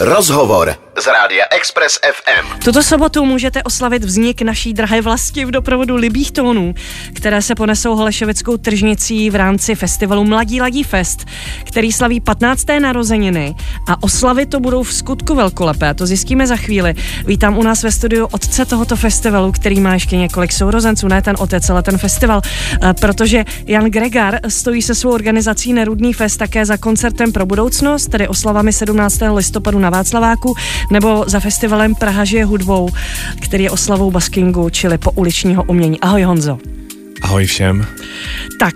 Rozhovor z Rádia Express FM. Tuto sobotu můžete oslavit vznik naší drahé vlasti v doprovodu libých tónů, které se ponesou holešovickou tržnicí v rámci festivalu Mladí ladí fest, který slaví 15. narozeniny a oslavy to budou v skutku velkolepé, to zjistíme za chvíli. Vítám u nás ve studiu otce tohoto festivalu, který má ještě několik sourozenců, ne ten otec, ale ten festival, protože Jan Gregar stojí se svou organizací Nerudný fest také za koncertem pro budoucnost, tedy oslavami 17. listopadu na Václaváku, nebo za festivalem Praha žije hudbou, který je oslavou buskingu, čili pouličního umění. Ahoj Honzo. Ahoj všem. Tak,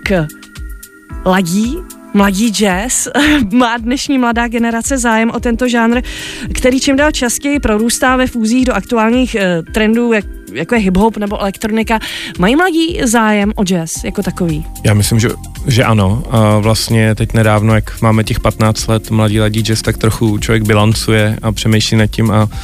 mladí jazz, má dnešní mladá generace zájem o tento žánr, který čím dál častěji prorůstá ve fúzích do aktuálních trendů, jako je hip-hop nebo elektronika. Mají mladí zájem o jazz jako takový? Já myslím, že ano. A vlastně teď nedávno, jak máme těch 15 let Mladí ladí jazz, tak trochu člověk bilancuje a přemýšlí nad tím a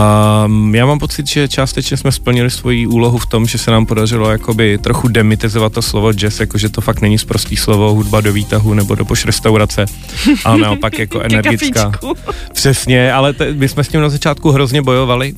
já mám pocit, že částečně jsme splnili svoji úlohu v tom, že se nám podařilo jakoby trochu demitizovat to slovo jazz, jakože to fakt není sprostý slovo, hudba do výtahu nebo do restaurace, ale naopak jako energická. Přesně, ale my jsme s tím na začátku hrozně bojovali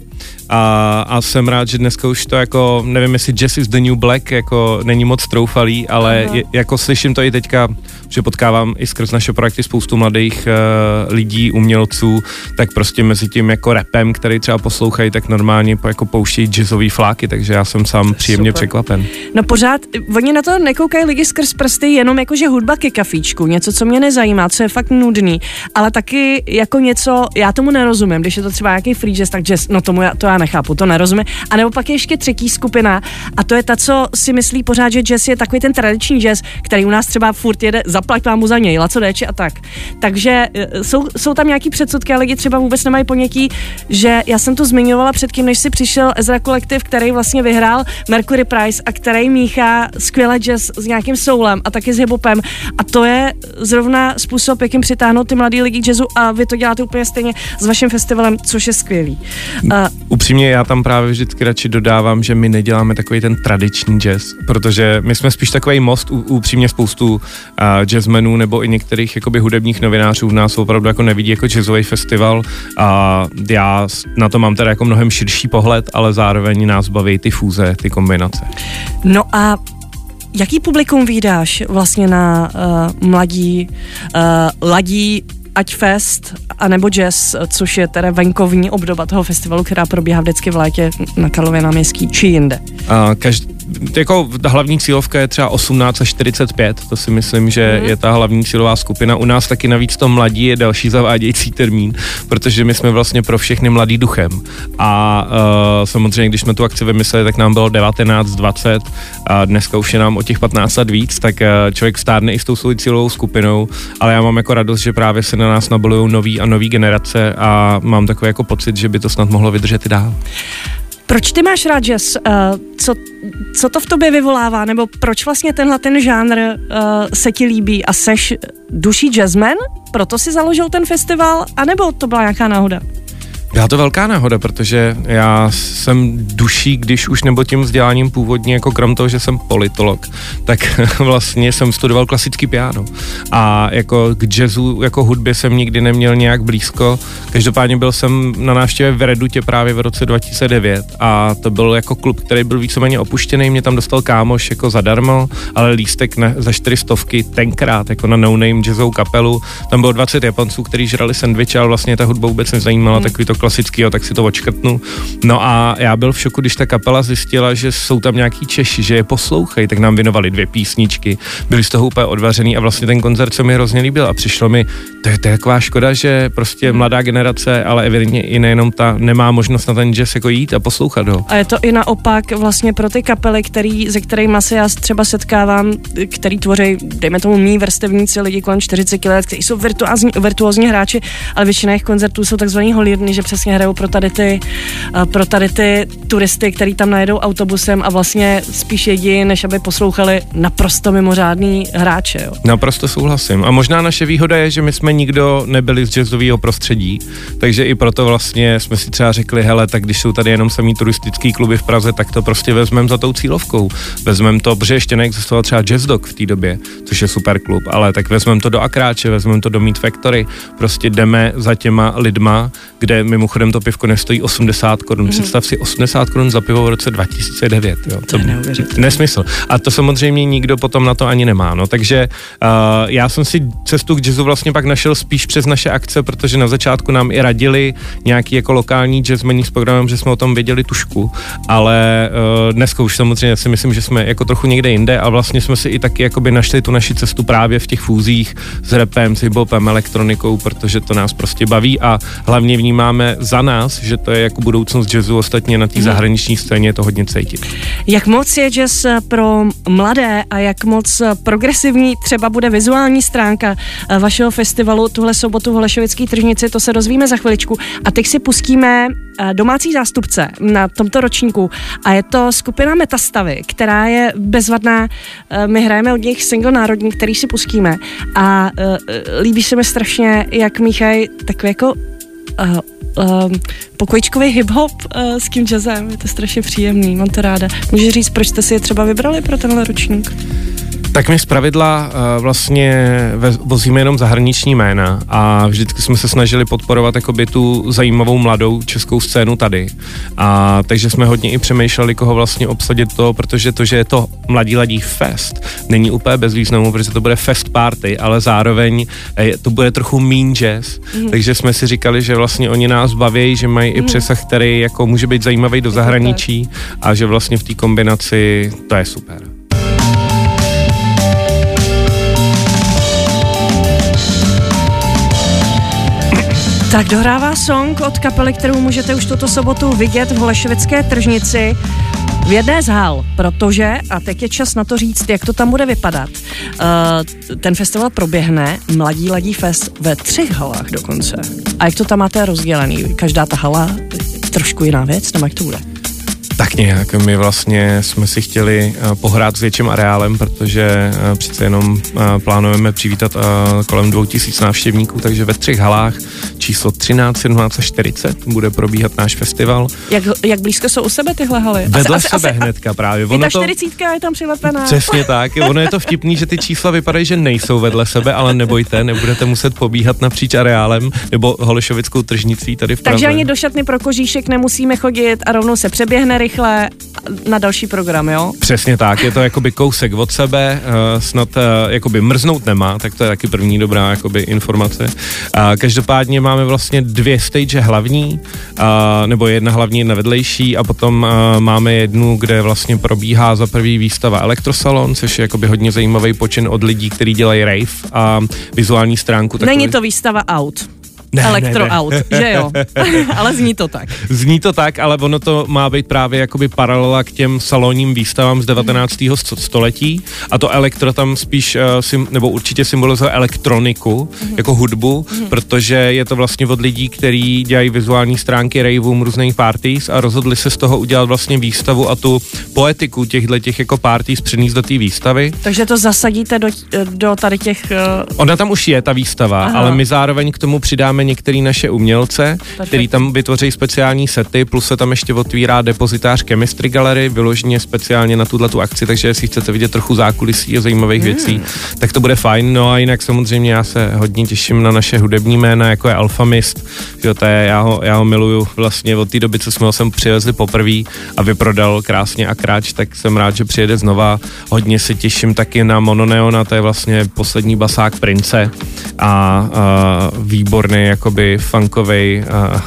a jsem rád, že dneska už to jako, nevím, jestli jazz is the new black, jako není moc troufalý, ale jako slyším to i teďka, že potkávám i skrz naše projekty spoustu mladých lidí, umělců, tak prostě mezi tím jako rapem, který třeba poslouchají, tak normálně jako pouštějí jazzový fláky, takže já jsem sám příjemně překvapen. No pořád, oni na to nekoukají lidi skrz prsty jenom jakože hudba ke kafíčku, něco, co mě nezajímá, co je fakt nudný, ale taky jako něco, já tomu nerozumím, když je to třeba nějaký free jazz, tak jazz, no to já nechápu, to nerozumím. A nebo pak je ještě třetí skupina a to je ta, co si myslí pořád, že jazz je takový ten tradiční jazz, který u nás třeba furt jede, zaplať vám mu za něj, laco déči a tak. Takže jsou tam nějaký předsudky a lidi třeba vůbec nemají ponětí, že já jsem to zmiňovala předtím, než si přišel Ezra Collective, který vlastně vyhrál Mercury Prize a který míchá skvěle jazz s nějakým soulem a taky s hiphopem a to je zrovna způsob, jakým přitáhnout ty mladý lidi jazzu a vy to děláte úplně stejně s vaším festivalem, což je skvělý. Upřímně já tam právě vždycky radši dodávám, že my neděláme takový ten tradiční jazz, protože my jsme spíš takový most, upřímně spoustu jazzmenů nebo i některých jakoby hudebních novinářů v nás opravdu jako nevidí jako jazzový festival a já na to mám teda jako mnohem širší pohled, ale zároveň nás baví ty fúze, ty kombinace. No a jaký publikum vídáš vlastně na mladí ladí ať fest, anebo jazz, což je teda venkovní obdoba toho festivalu, která probíhá vždycky v létě na Karlově náměstí, či jinde? Jako hlavní cílovka je třeba 18 až 45, to si myslím, že je ta hlavní cílová skupina. U nás taky navíc to mladí je další zavádějící termín, protože my jsme vlastně pro všechny mladý duchem. A samozřejmě, když jsme tu akci vymysleli, tak nám bylo 19, 20 a dneska už je nám o těch 15 let víc, tak člověk stárne i s tou svou cílovou skupinou, ale já mám jako radost, že právě se na nás nabalují nový generace a mám takový jako pocit, že by to snad mohlo vydržet i dál. Proč ty máš rád jazz? Co to v tobě vyvolává? Nebo proč vlastně ten žánr se ti líbí a seš duší jazzman? Proto si založil ten festival? A nebo to byla nějaká náhoda? Byla to velká náhoda, protože já jsem duší, když už nebo tím vzděláním původně, jako krom toho, že jsem politolog, tak vlastně jsem studoval klasický piano. A jako k jazzu, jako hudbě jsem nikdy neměl nějak blízko. Každopádně byl jsem na návštěvě v Redutě právě v roce 2009 a to byl jako klub, který byl víceméně opuštěný, mě tam dostal kámoš jako zadarmo, ale lístek za 400 tenkrát, jako na no-name jazzovou kapelu. Tam bylo 20 Japonců, kteří žrali sendviče, ale vlastně ta hudba vůbec nezajímala, takový to klasického, tak si to odškrtnu. No a já byl v šoku, když ta kapela zjistila, že jsou tam nějaký Češi, že je poslouchají, tak nám věnovali 2 písničky, byli z toho úplně odvařený a vlastně ten koncert se mi hrozně líbil a přišlo mi, to je taková škoda, že prostě mladá generace, ale evidentně i nejenom ta, nemá možnost na ten jazz jako jít a poslouchat ho. A je to i naopak vlastně pro ty kapely, se kterými se já třeba setkávám, který tvoří, dejme tomu mý vrstevníci, lidi kolem 40 let, kteří jsou virtuózní hráči, ale většina jejich koncertů jsou takzvaný holírny, že přesně hrajou pro tady ty turisty, který tam najedou autobusem a vlastně spíš jedí, než aby poslouchali naprosto mimořádný hráče. Jo. Naprosto souhlasím. A možná naše výhoda je, že my jsme nikdo nebyli z jazzového prostředí, takže i proto vlastně jsme si třeba řekli, hele, tak když jsou tady jenom samý turistický kluby v Praze, tak to prostě vezmeme za tou cílovkou. Vezmeme to, protože ještě neexistoval třeba Jazz Dog v té době, což je super klub, ale tak vezmeme to do Akráče, vezmeme to do Meat Factory, prostě jdeme za těma lidma, kde mimochodem to pivko nestojí 80 korun. Představ si 80 korun za pivo v roce 2009. Jo. To je neuvěřitelné. Nesmysl. A to samozřejmě nikdo potom na to ani nemá. No. Takže já jsem si cestu k jazzu vlastně pak našel spíš přes naše akce, protože na začátku nám i radili nějaký jako lokální jazzmeni s programem, že jsme o tom věděli tušku, ale dneska už samozřejmě si myslím, že jsme jako trochu někde jinde a vlastně jsme si i taky jakoby našli tu naši cestu právě v těch fúzích s rapem, s hiphopem, elektronikou, protože to nás prostě baví a hlavně vnímáme za nás, že to je jako budoucnost jazzu, ostatně na té zahraniční scéně je to hodně cítit. Jak moc je jazz pro mladé a jak moc progresivní třeba bude vizuální stránka vašeho festivalu tuhle sobotu v Holešovické tržnici, to se dozvíme za chviličku. A teď si pustíme domácí zástupce na tomto ročníku a je to skupina Metastavy, která je bezvadná. My hrajeme od nich single národní, který si pustíme a líbí se mi strašně, jak míchají takový jako pokojičkový hip-hop s tím jazzem. Je to strašně příjemný, mám to ráda. Můžeš říct, proč jste si je třeba vybrali pro tenhle ročník? Tak my zpravidla vlastně vozíme jenom zahraniční jména a vždycky jsme se snažili podporovat jakoby tu zajímavou mladou českou scénu tady. A takže jsme hodně i přemýšleli, koho vlastně obsadit to, protože to, že je to Mladí ladí fest, není úplně bez významu, protože to bude fest party, ale zároveň to bude trochu mean jazz, takže jsme si říkali, že vlastně oni nás baví, že mají i přesah, který jako může být zajímavý do zahraničí a že vlastně v té kombinaci to je super. Tak dohrává song od kapely, kterou můžete už tuto sobotu vidět v Holešovické tržnici v jedné z hal, protože, a teď je čas na to říct, jak to tam bude vypadat. Ten festival proběhne, Mladí ladí fest, ve 3 halách dokonce. A jak to tam máte rozdělený? Každá ta hala trošku jiná věc, nebo jak to bude? Tak nějak, my vlastně jsme si chtěli pohrát s větším areálem, protože přece jenom plánujeme přivítat kolem 2000 návštěvníků, takže ve 3 halách číslo 13, 17 a 40 bude probíhat náš festival. Jak blízko jsou u sebe tyhle haly? Vedle sebe hnedka právě. I ta 40 je tam přilepená. Přesně tak. Ono je to vtipný, že ty čísla vypadají, že nejsou vedle sebe, ale nebojte, nebudete muset pobíhat napříč areálem nebo Holešovickou tržnicí tady v Praze. Takže ani do šatny pro kožíšek nemusíme chodit a rovnou se přeběhne rychle na další program, jo? Přesně tak, je to jakoby kousek od sebe, snad jakoby mrznout nemá, tak to je taky první dobrá jakoby informace. Každopádně máme vlastně 2 stage hlavní, nebo jedna hlavní, jedna vedlejší a potom máme jednu, kde vlastně probíhá za první výstava Elektrosalon, což je jakoby hodně zajímavý počin od lidí, kteří dělají rave a vizuální stránku. Není to výstava aut. Elektroaut, že jo? Ale zní to tak. Zní to tak, ale ono to má být právě jakoby paralela k těm salonním výstavám z 19. století a to elektro tam spíš, nebo určitě symbolizuje elektroniku, jako hudbu, protože je to vlastně od lidí, kteří dělají vizuální stránky raveům, různých parties a rozhodli se z toho udělat vlastně výstavu a tu poetiku těch jako parties přenést do té výstavy. Takže to zasadíte do tady těch... Ona tam už je, ta výstava, ale my zároveň k tomu přidáme některý naše umělce, který tam vytvoří speciální sety, plus se tam ještě otvírá depozitář Chemistry Gallery, vyloženě speciálně na tuto akci, takže jestli chcete vidět trochu zákulisí a zajímavých věcí, tak to bude fajn. No a jinak samozřejmě já se hodně těším na naše hudební jména, jako je Alfamist, jo, to je, já ho miluju vlastně od té doby, co jsme ho sem přivezli poprvé a vyprodal krásně Akráč, tak jsem rád, že přijede znova. Hodně se těším taky na Mononeona, to je vlastně poslední basák Prince a výborný jakoby funkovej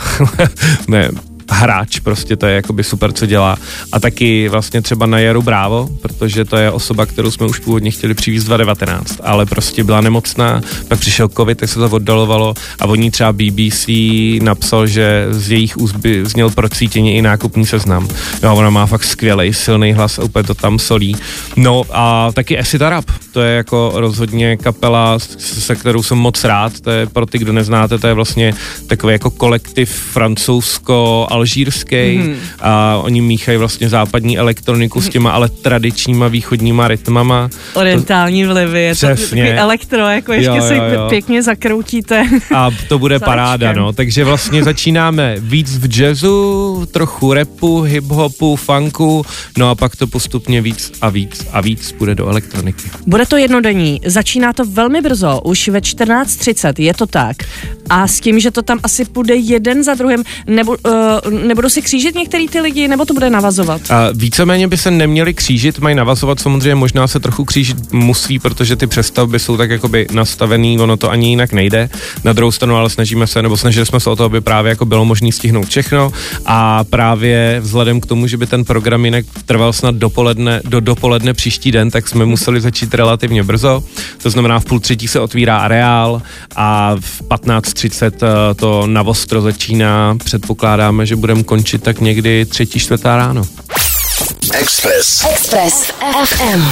hráč, prostě to je jakoby super, co dělá. A taky vlastně třeba na Jaru Bravo, protože to je osoba, kterou jsme už původně chtěli přivést 2019, ale prostě byla nemocná, pak přišel covid, tak se to oddalovalo a oni třeba BBC napsal, že z jejich úst by zněl procítěně i nákupní seznam. Jo, ona má fakt skvělej, silný hlas a úplně to tam solí. No a taky Acid Arab. to je jako rozhodně kapela, se kterou jsem moc rád, to je pro ty, kdo neznáte, to je vlastně takový jako kolektiv francouzsko-alžírský a oni míchají vlastně západní elektroniku s těma ale tradičníma východníma rytmama. Orientální vlivy, je to takový elektro, jako ještě si pěkně zakroutíte. A to bude paráda, no, takže vlastně začínáme víc v jazzu, trochu rapu, hip-hopu, funku, no a pak to postupně víc a víc bude do elektroniky. Bude to jednodenní, začíná to velmi brzo, už ve 14:30, je to tak. A s tím, že to tam asi půjde jeden za druhým, nebudou si křížit některý ty lidi, nebo to bude navazovat? Víceméně by se neměli křížit, mají navazovat, samozřejmě možná se trochu křížit musí, protože ty přestavby jsou tak jakoby nastavený, ono to ani jinak nejde. Na druhou stranu ale snažili jsme se o to, aby právě jako bylo možné stihnout všechno a právě vzhledem k tomu, že by ten program jinak trval snad dopoledne příští den, tak jsme museli začít relativně brzo. To znamená, v 2:30 se otvírá areál a v 15:30 to navostro začíná. Předpokládáme, že budeme končit tak někdy 3:45 ráno. Express FM.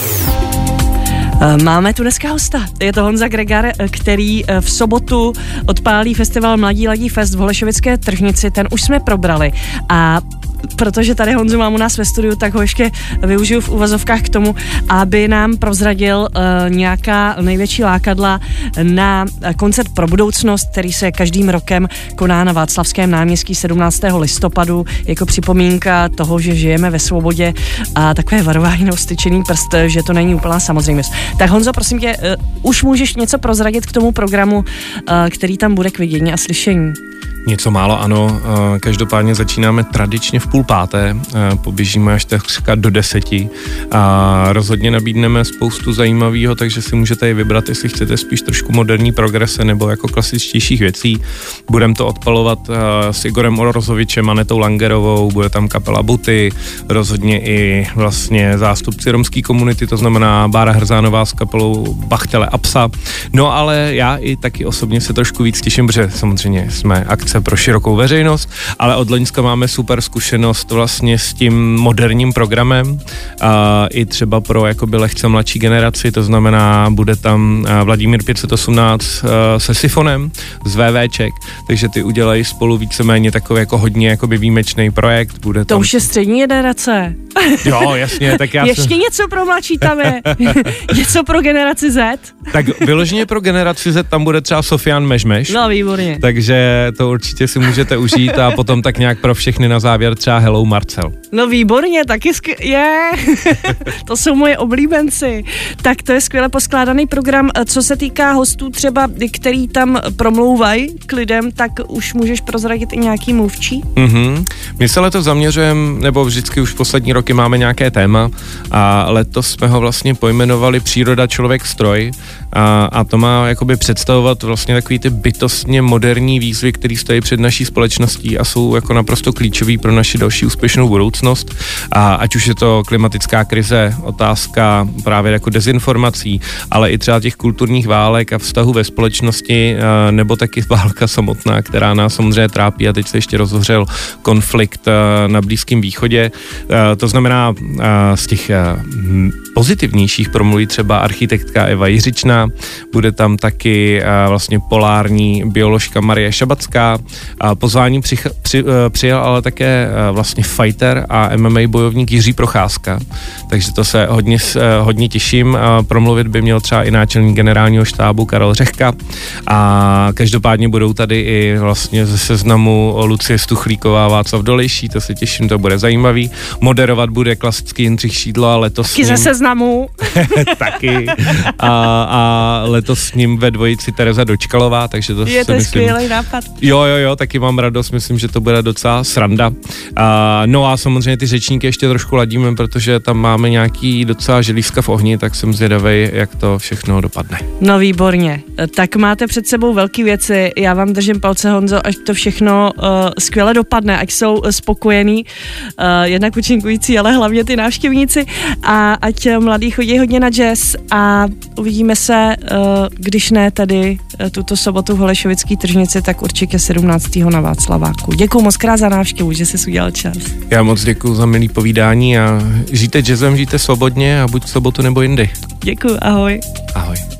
Máme tu dneska hosta. Je to Honza Gregar, který v sobotu odpálí festival Mladí ladí fest v Holešovické tržnici. Ten už jsme probrali a protože tady Honzu mám u nás ve studiu, tak ho ještě využiju v uvazovkách k tomu, aby nám prozradil nějaká největší lákadla na koncert Pro budoucnost, který se každým rokem koná na Václavském náměstí 17. listopadu jako připomínka toho, že žijeme ve svobodě a takové varování na styčený prst, že to není úplná samozřejmost. Tak Honzo, prosím tě, už můžeš něco prozradit k tomu programu, který tam bude k vidění a slyšení? Něco málo, ano. Každopádně začínáme tradičně v 5:30, poběžíme až takřka do 10 a rozhodně nabídneme spoustu zajímavého, takže si můžete i vybrat, jestli chcete spíš trošku moderní progrese nebo jako klasičtějších věcí. Budeme to odpalovat s Igorem Orozovičem, Anetou Langerovou, bude tam kapela Buty, rozhodně i vlastně zástupci romské komunity, to znamená Bára Hrzánová s kapelou Bachtele a Psa. No ale já i taky osobně se trošku víc těším, protože samozřejmě jsme akce pro širokou veřejnost, ale od loňska máme super zkušenost vlastně s tím moderním programem a i třeba pro jakoby lehce mladší generaci, to znamená, bude tam Vladimír 518 se Sifonem z VVček, takže ty udělají spolu víceméně takový jako hodně jakoby výjimečný projekt. Bude to tam... už je střední generace. Jo, jasně, tak já ještě něco pro mladší tam je. Něco pro generaci Z. Tak vyloženě pro generaci Z tam bude třeba Sofian Mežmeš. No, výborně. Takže to určitě si můžete užít a potom tak nějak pro všechny na závěr třeba Hello Marcel. No výborně, taky to jsou moje oblíbenci. Tak to je skvěle poskládaný program. Co se týká hostů třeba, který tam promlouvají k lidem, tak už můžeš prozradit i nějaký mluvčí? My se letos zaměřujeme, nebo vždycky už poslední roky máme nějaké téma a letos jsme ho vlastně pojmenovali Příroda, člověk, stroj a to má jakoby představovat vlastně takový ty bytostně moderní výzvy, které stojí před naší společností a jsou jako naprosto klíčový pro naši další úspěšnou budoucnost. A ať už je to klimatická krize, otázka právě jako dezinformací, ale i třeba těch kulturních válek a vztahů ve společnosti, nebo taky válka samotná, která nás samozřejmě trápí a teď se ještě rozhořel konflikt na Blízkém východě. To znamená, z těch pozitivnějších promluví třeba architektka Eva Jiřičná, bude tam taky vlastně polární bioložka Marie Šabacká. Pozvání přijel ale také vlastně fighter a MMA bojovník Jiří Procházka, takže to se hodně těším. Promluvit by měl třeba i náčelník generálního štábu Karel Řehka a každopádně budou tady i vlastně ze seznamu Lucie Stuchlíková, Václav Dolejší, to se těším, to bude zajímavý. Moderovat bude klasický Jindřich Šídlo a letos taky ze seznamu. Taky. A letos s ním ve dvojici Tereza Dočkalová, takže to je to skvělý nápad. Jo, taky mám radost, myslím, že to bude docela sranda. No a samozřejmě ty řečníky ještě trošku ladíme, protože tam máme nějaký docela želízka v ohni, tak jsem zvědavej, jak to všechno dopadne. No výborně. Tak máte před sebou velké věci. Já vám držím palce, Honzo, až to všechno skvěle dopadne, ať jsou spokojení jednak účinkující, ale hlavně ty návštěvníci a ať mladí chodí hodně na jazz a uvidíme se, když ne tady tuto sobotu v Holešovické tržnici, tak určitě 17. na Václaváku. Děkuju moc krát za návštěvu, že jsi udělal čas. Já moc děkuju za milý povídání a žijte jazzem, žijte svobodně a buď v sobotu nebo jindy. Děkuju, ahoj. Ahoj.